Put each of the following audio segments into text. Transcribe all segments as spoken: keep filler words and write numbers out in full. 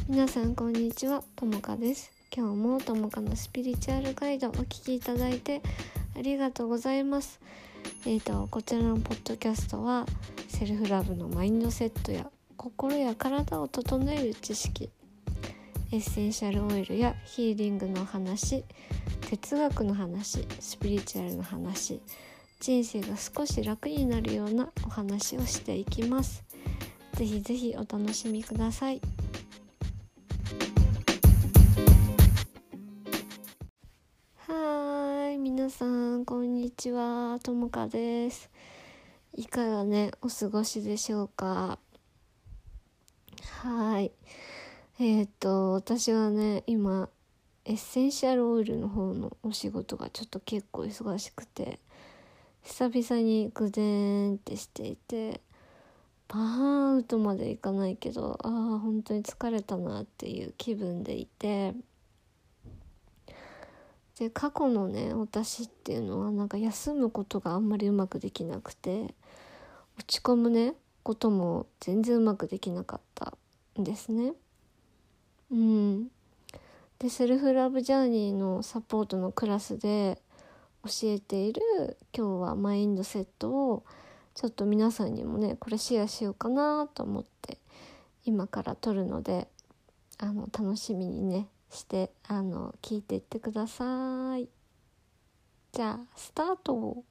皆さんこんにちは、ともかです。今日もともかのスピリチュアルガイドをお聞きいただいてありがとうございます。えーとこちらのポッドキャストはセルフラブのマインドセットや心や体を整える知識、エッセンシャルオイルやヒーリングの話、哲学の話、スピリチュアルの話、人生が少し楽になるようなお話をしていきます。ぜひぜひお楽しみください。はーい、皆さんこんにちは、ともかです。いかがねお過ごしでしょうか。はい、えっ、ー、と私はね今エッセンシャルオイルの方のお仕事がちょっと結構忙しくて、久々にグデーンってしていて、バーンアウトまでいかないけど、ああ本当に疲れたなっていう気分でいて、で過去のね私っていうのはなんか休むことがあんまりうまくできなくて、落ち込むねことも全然うまくできなかったんですね。うんでセルフラブジャーニーのサポートのクラスで教えている今日はマインドセットをちょっと皆さんにもねこれシェアしようかなと思って今から撮るので、あの楽しみにねしてあの聞いていってください。じゃあスタート。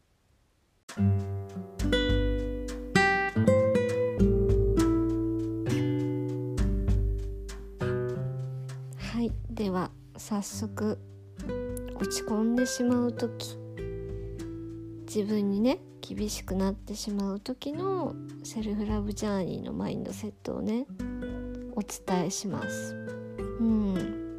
はい、では早速、落ち込んでしまうとき、自分にね厳しくなってしまう時のセルフラブジャーニーのマインドセットをねお伝えします。うん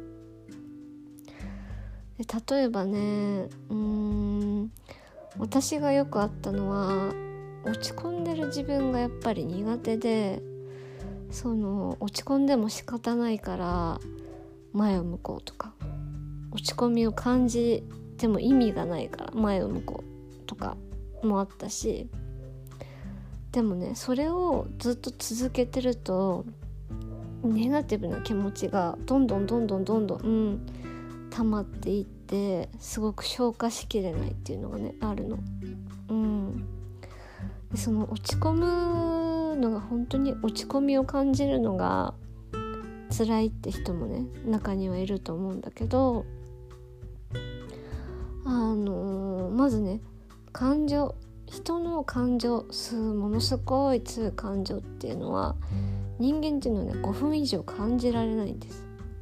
で例えばねうーん私がよくあったのは、落ち込んでる自分がやっぱり苦手で、その落ち込んでも仕方ないから前を向こうとか、落ち込みを感じても意味がないから前を向こうとかもあったし、でもねそれをずっと続けてるとネガティブな気持ちがどんどんどんどんどんどん、うん、溜まっていって、すごく消化しきれないっていうのがねあるの。うんでその落ち込むのが本当に落ち込みを感じるのが辛いって人もね中にはいると思うんだけど、あのー、まずね感情、人の感情、ものすごい強い感情っていうのは人間っていうのはねごふん以上感じられないんです。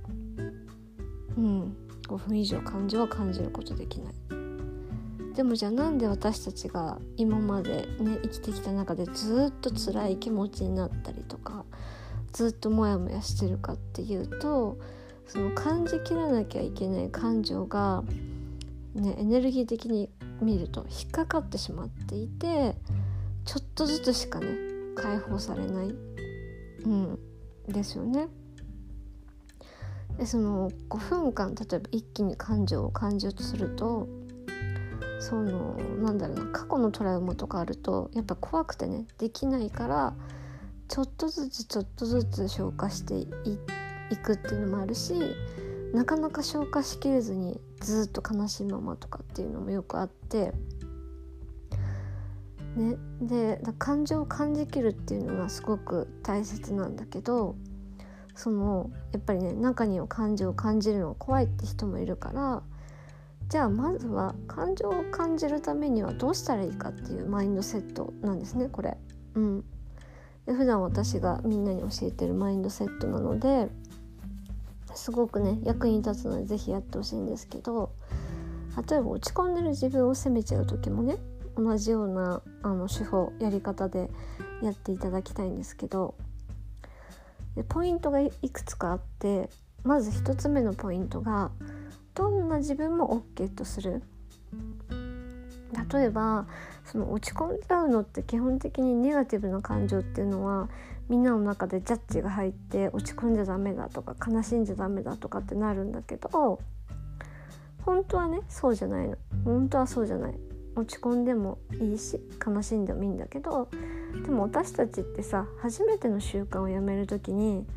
うんごふん以上感情は感じることできない。でもじゃあなんで私たちが今までね生きてきた中でずっと辛い気持ちになったりとかずっとモヤモヤしてるかっていうと、その感じきらなきゃいけない感情がねエネルギー的に見ると引っかかってしまっていて、ちょっとずつしかね解放されない、うんですよね。でそのごふんかん例えば一気に感情を感じようとすると、そのなんだろうな過去のトラウマとかあるとやっぱ怖くてねできないから、ちょっとずつちょっとずつ消化して い, いくっていうのもあるし、なかなか消化しきれずにずっと悲しいままとかっていうのもよくあってね。で感情を感じきるっていうのがすごく大切なんだけど、そのやっぱりね中には感情を感じるのが怖いって人もいるから、じゃあまずは感情を感じるためにはどうしたらいいかっていうマインドセットなんですねこれ。うんで普段私がみんなに教えてるマインドセットなので、すごくね役に立つのでぜひやってほしいんですけど、例えば落ち込んでる自分を責めちゃう時もね同じようなあの手法やり方でやっていただきたいんですけど、でポイントがいくつかあって、まず一つ目のポイントがどんな自分も OK とする。例えばその落ち込んじゃうのって基本的にネガティブな感情っていうのはみんなの中でジャッジが入って落ち込んじゃダメだとか悲しんじゃダメだとかってなるんだけど、本当はねそうじゃないの。本当はそうじゃない。落ち込んでもいいし悲しんでもいいんだけど、でも私たちってさ初めての習慣をやめるときに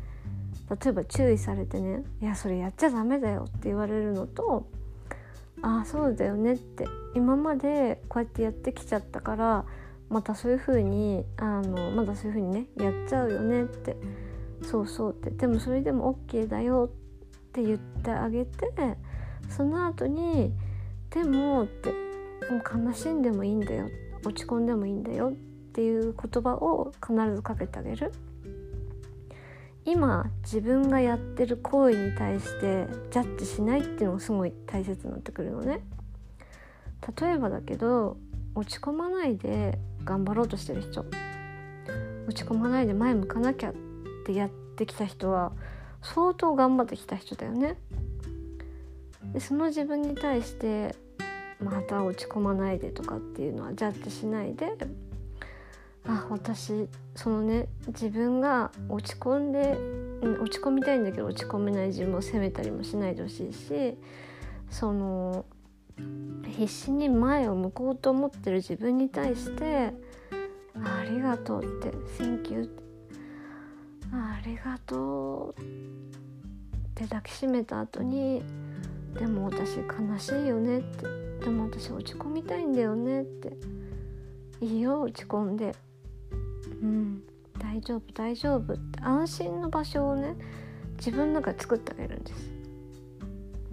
例えば注意されてね、いやそれやっちゃダメだよって言われるのと、ああそうだよねって、今までこうやってやってきちゃったからまたそういう風にあのまだそういう風にねやっちゃうよねって、そうそうって、でもそれでも OK だよって言ってあげて、その後にでもってもう悲しんでもいいんだよ、落ち込んでもいいんだよっていう言葉を必ずかけてあげる。今自分がやってる行為に対してジャッジしないっていうのがすごい大切になってくるのね。例えばだけど、落ち込まないで頑張ろうとしてる人、落ち込まないで前向かなきゃってやってきた人は相当頑張ってきた人だよね。でその自分に対してまた落ち込まないでとかっていうのはジャッジしないで、あ、私そのね自分が落ち込んで、うん、落ち込みたいんだけど落ち込めない自分を責めたりもしないでほしいし、その必死に前を向こうと思ってる自分に対してありがとうって Thank you ってありがとうって抱きしめた後に、でも私悲しいよねって、でも私落ち込みたいんだよねって、いいよ落ち込んで、うん、大丈夫大丈夫って安心の場所をね自分の中で作ってあげるんです。うん、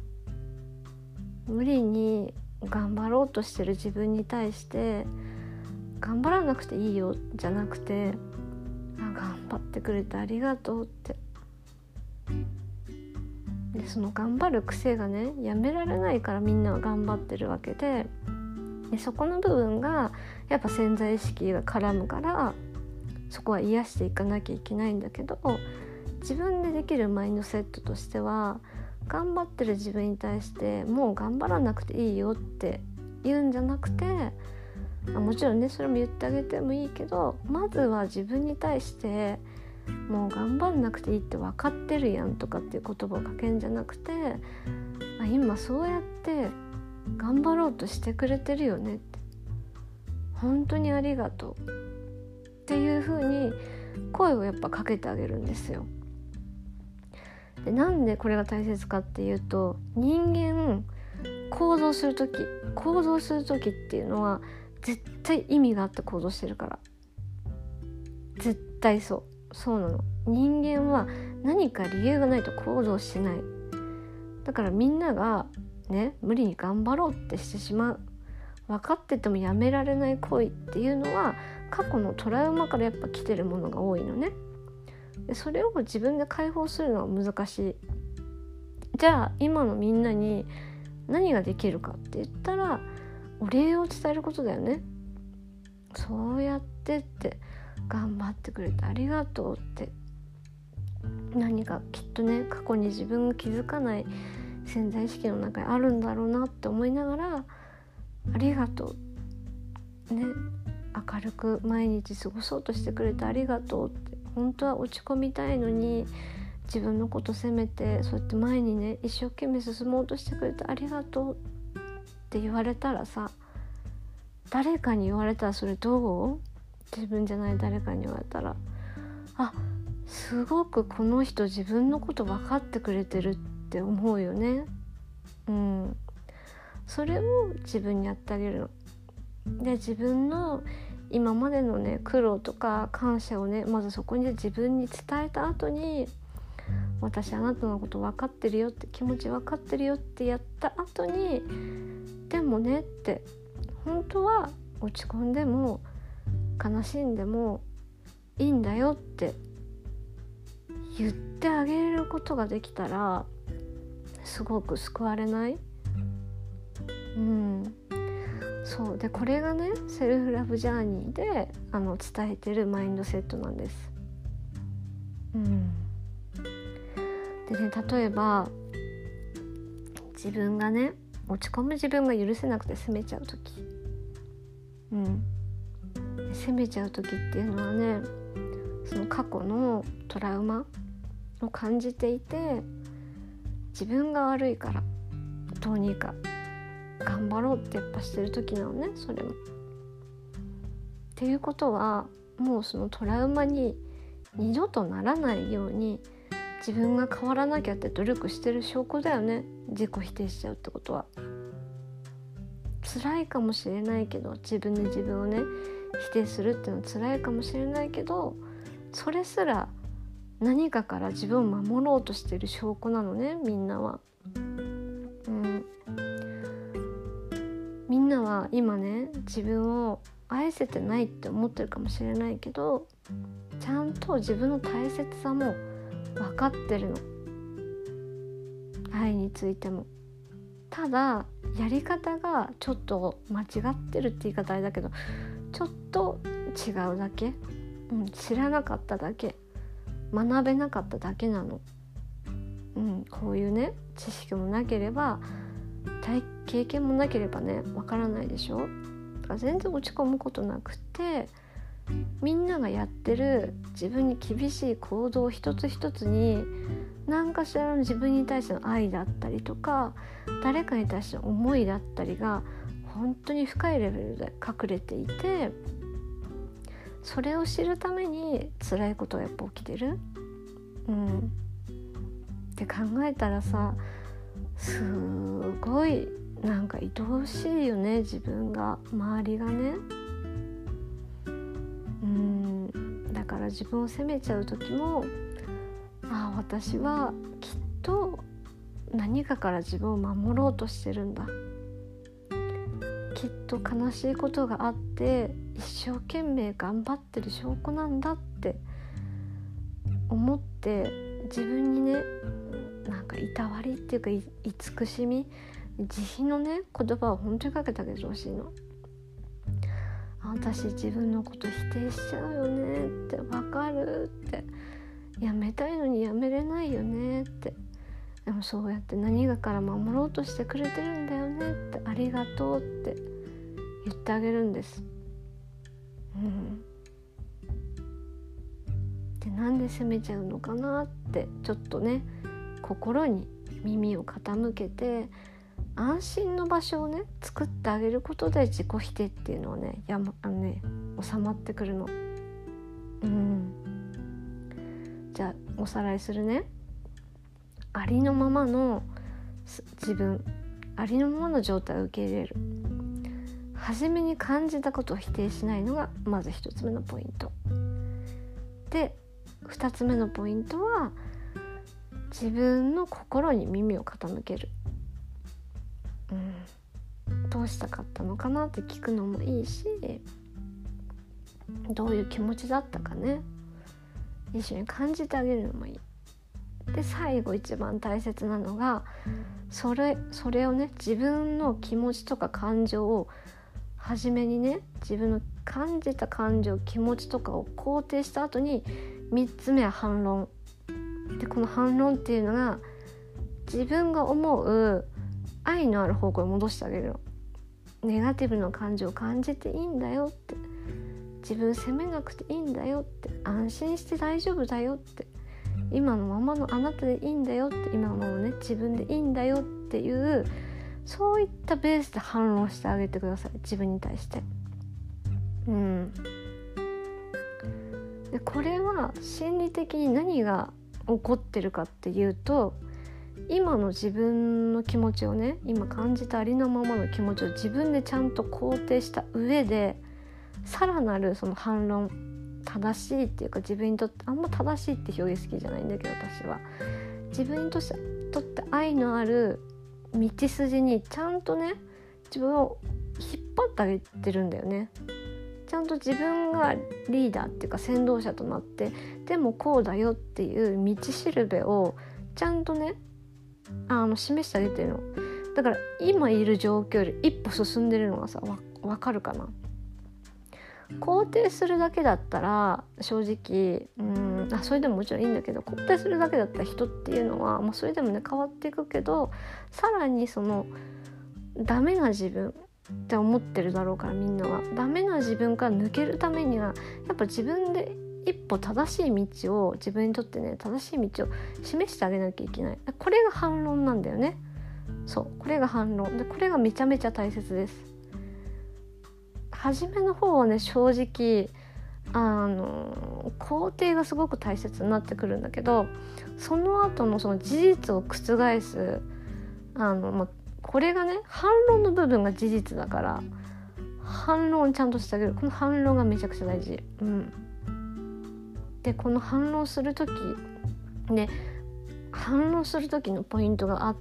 無理に頑張ろうとしてる自分に対して頑張らなくていいよじゃなくて、あ、頑張ってくれてありがとうって、でその頑張る癖がねやめられないからみんなは頑張ってるわけで、でそこの部分がやっぱ潜在意識が絡むからそこは癒していかなきゃいけないんだけど、自分でできるマインドセットとしては頑張ってる自分に対してもう頑張らなくていいよって言うんじゃなくて、もちろんねそれも言ってあげてもいいけど、まずは自分に対してもう頑張んなくていいって分かってるやんとかっていう言葉をかけるんじゃなくて、あ、今そうやって頑張ろうとしてくれてるよねって、本当にありがとうっていう風に声をやっぱかけてあげるんですよ。でなんでこれが大切かっていうと、人間行動する時行動する時っていうのは絶対意味があって行動してるから、絶対そうそうなの。人間は何か理由がないと行動しない。だからみんながね無理に頑張ろうってしてしまう、分かっててもやめられない行為っていうのは過去のトラウマからやっぱ来てるものが多いのね。でそれを自分で解放するのは難しい。じゃあ今のみんなに何ができるかって言ったら、お礼を伝えることだよね。そうやってって頑張ってくれてありがとうって、何かきっとね過去に自分が気づかない潜在意識の中にあるんだろうなって思いながら、ありがとうね、明るく毎日過ごそうとしてくれてありがとうって、本当は落ち込みたいのに自分のこと責めてそうやって前にね一生懸命進もうとしてくれてありがとうって言われたらさ、誰かに言われたらそれどう？自分じゃない誰かに言われたら、あ、すごくこの人自分のこと分かってくれてるって思うよね。うん、それを自分にやってあげるので、自分の今までのね苦労とか感謝をねまずそこに自分に伝えた後に、私あなたのこと分かってるよって、気持ち分かってるよってやった後に、でもねって、本当は落ち込んでも悲しんでもいいんだよって言ってあげることができたらすごく救われない？うん、そうで、これがねセルフラブジャーニーであの伝えてるマインドセットなんです。うん、でね、例えば自分がね落ち込む自分が許せなくて責めちゃう時、うん、責めちゃう時っていうのはね、その過去のトラウマを感じていて、自分が悪いからどうにか頑張ろうってやっぱしてる時なのね、それも。っていうことはもうそのトラウマに二度とならないように自分が変わらなきゃって努力してる証拠だよね。自己否定しちゃうってことは辛いかもしれないけど、自分で自分をね否定するっていうのは辛いかもしれないけど、それすら何かから自分を守ろうとしてる証拠なのね、みんなは。うん、みんなは今ね自分を愛せてないって思ってるかもしれないけど、ちゃんと自分の大切さも分かってるの、愛についても。ただやり方がちょっと間違ってるって言い方あれだけど、ちょっと違うだけ、うん、知らなかっただけ、学べなかっただけなの。うん、こういうね知識もなければ体経験もなければねわからないでしょ。だから全然落ち込むことなくて、みんながやってる自分に厳しい行動一つ一つに何かしらの自分に対しての愛だったりとか、誰かに対しての思いだったりが本当に深いレベルで隠れていて、それを知るために辛いことがやっぱ起きてる、うん、って考えたらさ、すごいなんか愛おしいよね、自分が、周りがね。うんだから自分を責めちゃう時も、ああ私はきっと何かから自分を守ろうとしてるんだ、きっと悲しいことがあって一生懸命頑張ってる証拠なんだって思って、自分にねなんかいたわりっていうかい慈しみ、慈悲のね言葉を本当にかけてあげてほしいの。私自分のこと否定しちゃうよねって、わかるって、やめたいのにやめれないよねって、でもそうやって何かから守ろうとしてくれてるんだよねって、ありがとうって言ってあげるんです。うん、でなんで責めちゃうのかなってちょっとね心に耳を傾けて、安心の場所をね作ってあげることで自己否定っていうのはねや、ま、あのね収まってくるの。うん、じゃあおさらいするね。ありのままの自分、ありのままの状態を受け入れる。初めに感じたことを否定しないのがまず一つ目のポイントで、二つ目のポイントは自分の心に耳を傾ける。うん、どうしたかったのかなって聞くのもいいし、どういう気持ちだったかね一緒に感じてあげるのもいい。で最後一番大切なのがそれ、それをね自分の気持ちとか感情を初めにね自分の感じた感情気持ちとかを肯定した後にみっつめは反論で、この反論っていうのが自分が思う愛のある方向に戻してあげるの。ネガティブな感情を感じていいんだよって、自分責めなくていいんだよって、安心して大丈夫だよって、今のままのあなたでいいんだよって、今のままね自分でいいんだよっていう、そういったベースで反論してあげてください、自分に対して。うんでこれは心理的に何が起こってるかっていうと、今の自分の気持ちをね、今感じたありのままの気持ちを自分でちゃんと肯定した上で、さらなるその反論、正しいっていうか自分にとってあんま正しいって表現好きじゃないんだけど、私は自分にとってとって愛のある道筋にちゃんとね自分を引っ張ってあげてるんだよね。ちゃんと自分がリーダーっていうか先導者となって、でもこうだよっていう道しるべをちゃんとねあの示してあげてるの。だから今いる状況より一歩進んでるのがさ、わ、わかるかな。肯定するだけだったら正直うんあそれでももちろんいいんだけど、肯定するだけだったら人っていうのは、まあ、それでもね変わっていくけど、さらにそのダメな自分って思ってるだろうから、みんなはダメな自分から抜けるためにはやっぱ自分で一歩正しい道を、自分にとってね正しい道を示してあげなきゃいけない。これが反論なんだよね。そうこれが反論で、これがめちゃめちゃ大切です。初めの方はね正直あの肯定がすごく大切になってくるんだけど、その後のその事実を覆すあの、まあ、これがね反論の部分が事実だから反論をちゃんとしてあげる。この反論がめちゃくちゃ大事、うん、でこの反論する時で反論する時のポイントがあって、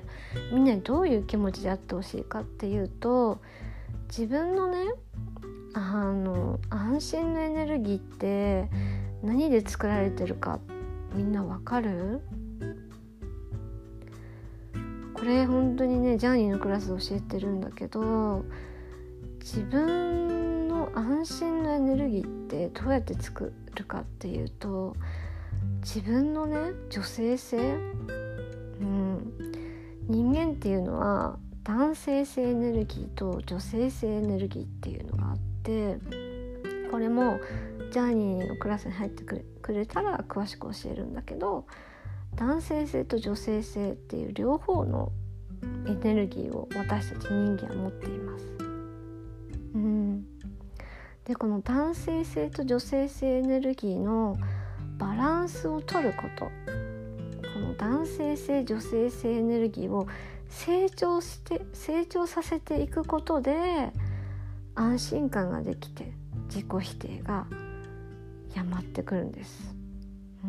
みんなにどういう気持ちであってほしいかっていうと、自分のねあの安心のエネルギーって何で作られてるかみんなわかる？これ本当にねジャーニーのクラスで教えてるんだけど、自分の安心のエネルギーってどうやって作るかっていうと、自分のね女性性、うん、人間っていうのは男性性エネルギーと女性性エネルギーっていうのがあって、これもジャーニーのクラスに入ってくれ、くれたら詳しく教えるんだけど、男性性と女性性っていう両方のエネルギーを私たち人間は持っています、うん、でこの男性性と女性性エネルギーのバランスを取ること、この男性性女性性エネルギーを成長して成長させていくことで安心感ができて自己否定がやまってくるんです、うん、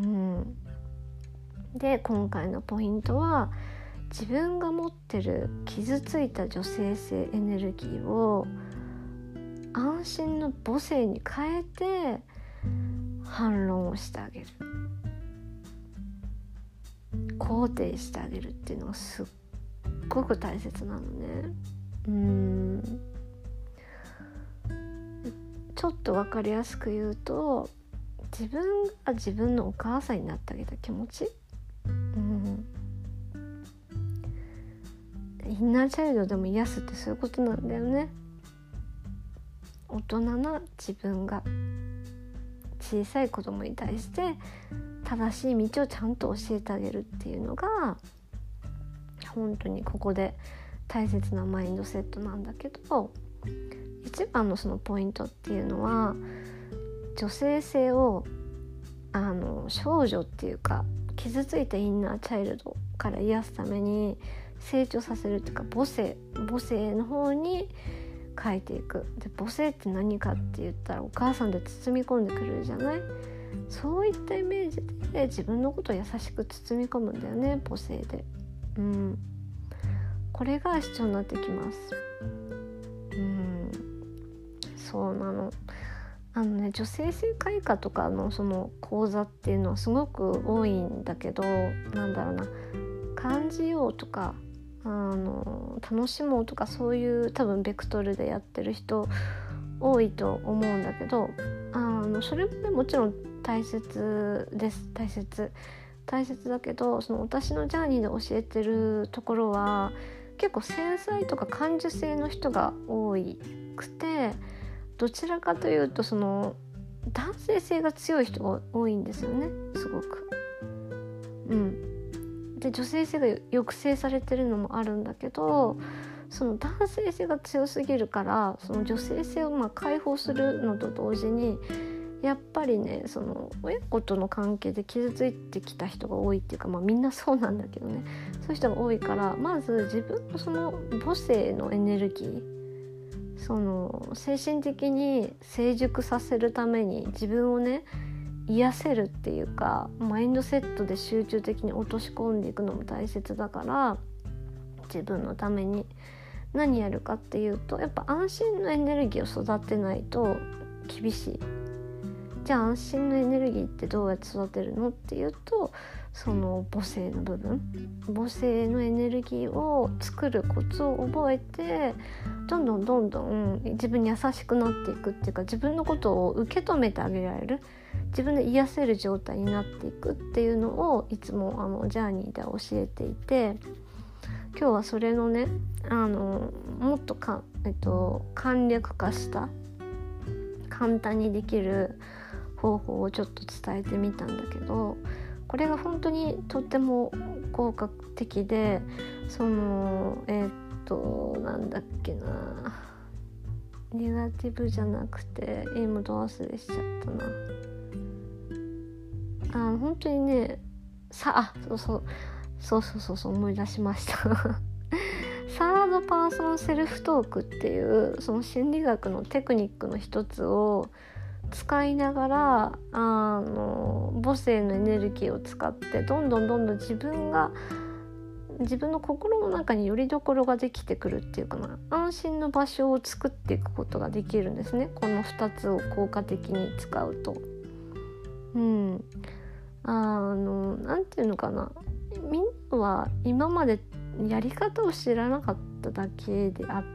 で今回のポイントは、自分が持ってる傷ついた女性性エネルギーを安心の母性に変えて反論をしてあげる、肯定してあげるっていうのがすっごく大切なのね。うーんちょっと分かりやすく言うと、自分が自分のお母さんになってあげた気持ち、うん、インナーチャイルドでも癒すってそういうことなんだよね。大人な自分が小さい子供に対して正しい道をちゃんと教えてあげるっていうのが本当にここで大切なマインドセットなんだけど、一番のそのポイントっていうのは、女性性をあの少女っていうか傷ついたインナーチャイルドから癒すために成長させるっていうか、母性母性の方に変えていく。で母性って何かって言ったら、お母さんで包み込んでくれるじゃない。そういったイメージで自分のことを優しく包み込むんだよね、母性で、うん、これが必要になってきます。うん、そうなの。あのね、女性性開花とかのその講座っていうのはすごく多いんだけど、なんだろうな、感じようとかあの楽しもうとか、そういう多分ベクトルでやってる人多いと思うんだけど、あのそれもねもちろん大切です大切大切だけど、その私のジャーニーで教えてるところは結構繊細とか感受性の人が多くて、どちらかというとその男性性が強い人が多いんですよね、すごく。うんで女性性が抑制されてるのもあるんだけど、その男性性が強すぎるから、その女性性をまあ解放するのと同時に、やっぱりね、その親子との関係で傷ついてきた人が多いっていうか、まあみんなそうなんだけどね、そういう人が多いから、まず自分のその母性のエネルギー、その精神的に成熟させるために自分をね癒せるっていうか、マインドセットで集中的に落とし込んでいくのも大切だから、自分のために何やるかっていうと、やっぱ安心のエネルギーを育てないと厳しい。じゃあ安心のエネルギーってどうやって育てるのっていうと、その母性の部分、母性のエネルギーを作るコツを覚えて、どんどんどんどん自分に優しくなっていくっていうか、自分のことを受け止めてあげられる、自分で癒せる状態になっていくっていうのをいつもあのジャーニーで教えていて、今日はそれのね、あのもっとか、えっと、簡略化した簡単にできる方法をちょっと伝えてみたんだけど、これが本当にとっても効果的で、そのえー、っとなんだっけなネガティブじゃなくて今ど忘れしちゃったなあ。本当にねさあそうそうそうそうそうそう思い出しましたサードパーソンセルフトークっていうその心理学のテクニックの一つを使いながらあの母性のエネルギーを使ってどんどんどんどん自分が自分の心の中に拠り所ができてくるっていうかな、安心の場所を作っていくことができるんですね。このふたつを効果的に使うと、うんあのなんていうのかな、みんなは今までやり方を知らなかっただけであって、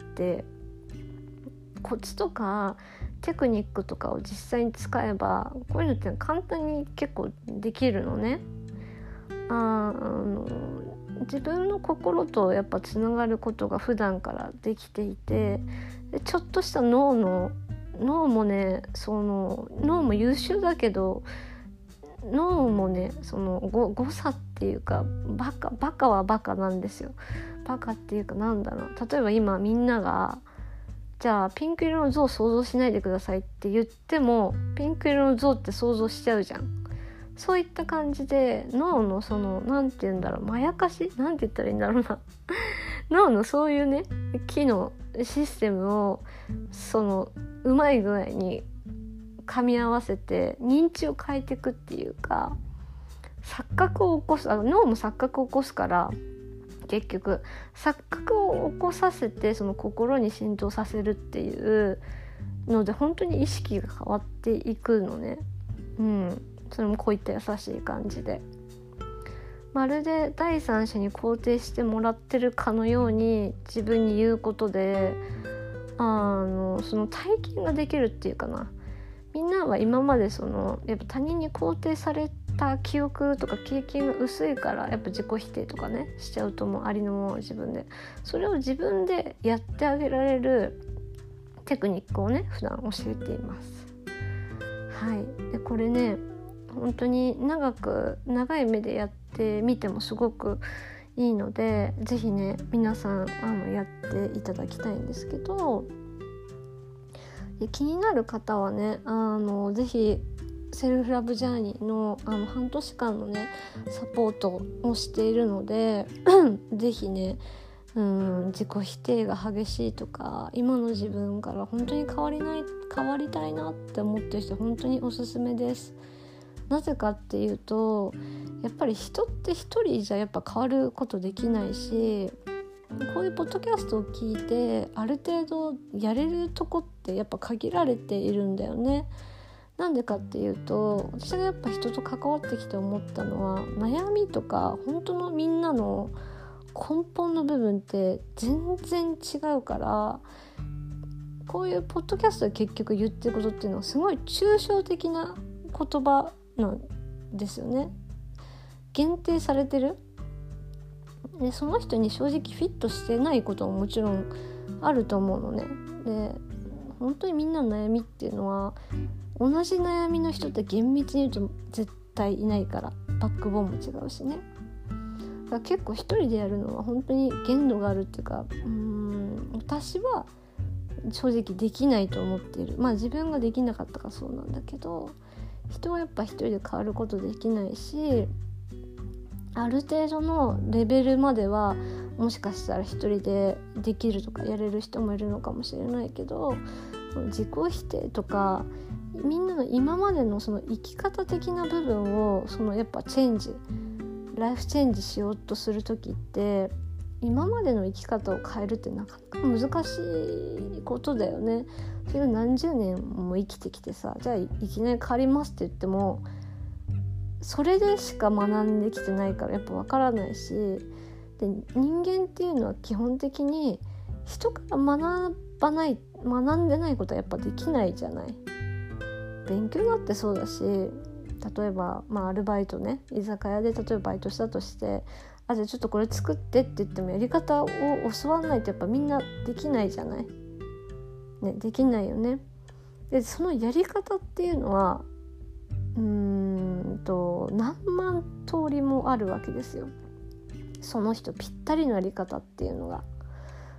コツとかテクニックとかを実際に使えばこういうのって簡単に結構できるのね。ああの自分の心とやっぱつながることが普段からできていて、でちょっとした脳の脳もねその脳も優秀だけど脳もねそのご誤差っていうかバカバカはバカなんですよ。バカっていうかなんだろう、例えば今みんながじゃあピンク色の像を想像しないでくださいって言ってもピンク色の像って想像しちゃうじゃん。そういった感じで脳のそのなんて言うんだろう、まやかしなんて言ったらいいんだろうな脳のそういうね機能システムをそのうまい具合に噛み合わせて認知を変えていくっていうか、錯覚を起こす、あの脳も錯覚を起こすから結局錯覚を起こさせてその心に浸透させるっていうので本当に意識が変わっていくのね。うんそれもこういった優しい感じでまるで第三者に肯定してもらってるかのように自分に言うことであのその体験ができるっていうかな。みんなは今までそのやっぱ他人に肯定された記憶とか経験が薄いからやっぱ自己否定とかねしちゃうと思う、ありのまま自分でそれを自分でやってあげられるテクニックをね普段教えています。はいでこれね本当に長く長い目でやってみてもすごくいいのでぜひね皆さんあのやっていただきたいんですけど、で気になる方はねあのぜひセルフラブジャーニー の, あの半年間のねサポートをしているのでぜひねうん自己否定が激しいとか今の自分から本当に変わりない変わりたいなって思ってる人本当におすすめです。なぜかっていうとやっぱり人って一人じゃやっぱ変わることできないし、こういうポッドキャストを聞いてある程度やれるとこってやっぱ限られているんだよね。なんでかっていうと私がやっぱ人と関わってきて思ったのは悩みとか本当のみんなの根本の部分って全然違うから、こういうポッドキャストで結局言ってることっていうのはすごい抽象的な言葉なんですよね。限定されてるでその人に正直フィットしてないことももちろんあると思うのね。で本当にみんなの悩みっていうのは同じ悩みの人って厳密に言うと絶対いないから、バックボーンも違うしね。だから結構一人でやるのは本当に限度があるっていうか、うーん私は正直できないと思っている。まあ自分ができなかったからそうなんだけど、人はやっぱ一人で変わることできないし、ある程度のレベルまではもしかしたら一人でできるとかやれる人もいるのかもしれないけど、自己否定とかみんなの今までのその生き方的な部分をそのやっぱチェンジライフチェンジしようとする時って今までの生き方を変えるってなかなか難しいことだよね。それが何十年も生きてきてさ、じゃあいきなり変わりますって言ってもそれでしか学んできてないからやっぱ分からないし、で人間っていうのは基本的に人から学ばない学んでないことはやっぱできないじゃない。勉強だってそうだし、例えば、まあ、アルバイトね居酒屋で例えばバイトしたとして、あじゃあちょっとこれ作ってって言ってもやり方を教わらないとやっぱみんなできないじゃない、ね、できないよね。でそのやり方っていうのはうーんと何万通りもあるわけですよ。その人ぴったりのやり方っていうのが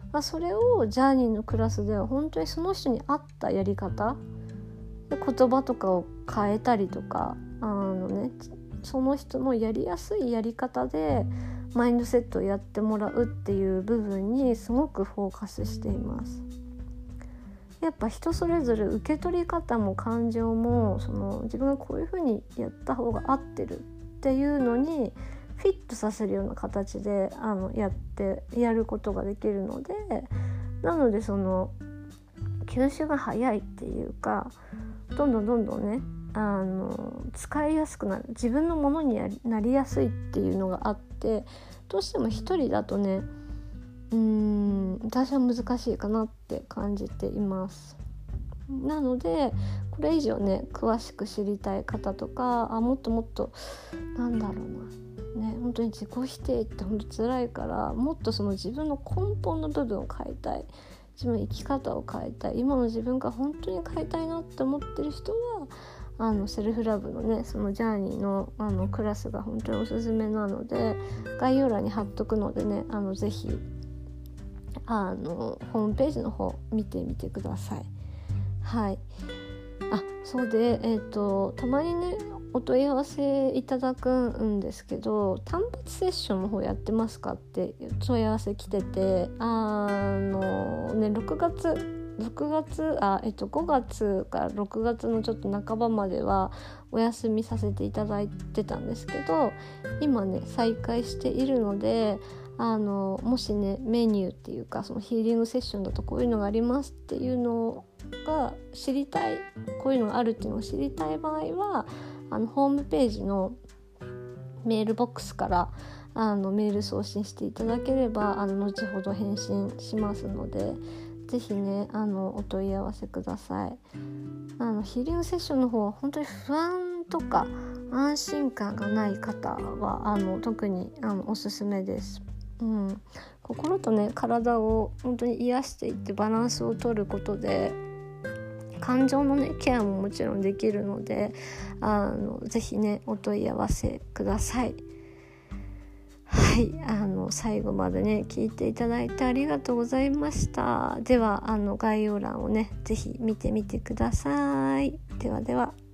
まあ、それをジャーニーのクラスでは本当にその人に合ったやり方で言葉とかを変えたりとか、あのね、その人のやりやすいやり方でマインドセットをやってもらうっていう部分にすごくフォーカスしています。やっぱ人それぞれ受け取り方も感情もその自分がこういう風にやった方が合ってるっていうのにフィットさせるような形であのやってやることができるので、なのでその吸収が早いっていうか、どんどんどんどんねあの使いやすくなる、自分のものになりやすいっていうのがあって、どうしても一人だとねうーん私は難しいかなって感じています。なのでこれ以上ね詳しく知りたい方とか、あもっともっとなんだろうなね、本当に自己否定って本当辛いから、もっとその自分の根本の部分を変えたい、自分の生き方を変えたい、今の自分が本当に変えたいなって思ってる人はあのセルフラブのねそのジャーニー の, あのクラスが本当におすすめなので、概要欄に貼っとくのでね、あのぜひあのホームページの方見てみてください。はい。あ、そうで、えーと、たまにねお問い合わせいただくんですけど、単発セッションの方やってますかって問い合わせ来てて、あのねろくがつろくがつあ、えっと、ごがつからろくがつのちょっと半ばまではお休みさせていただいてたんですけど、今ね再開しているので、あのもしねメニューっていうかそのヒーリングセッションだとこういうのがありますっていうのが知りたい、こういうのがあるっていうのを知りたい場合はあのホームページのメールボックスからあのメール送信していただければあの後ほど返信しますので、ぜひねあのお問い合わせください。あのヒーリングセッションの方は本当に不安とか安心感がない方はあの特にあのおすすめです。うん、心とね体を本当に癒していってバランスを取ることで感情のねケアももちろんできるので、あのぜひねお問い合わせください。はい、あの最後までね聞いていただいてありがとうございました。ではあの概要欄をねぜひ見てみてください。ではでは。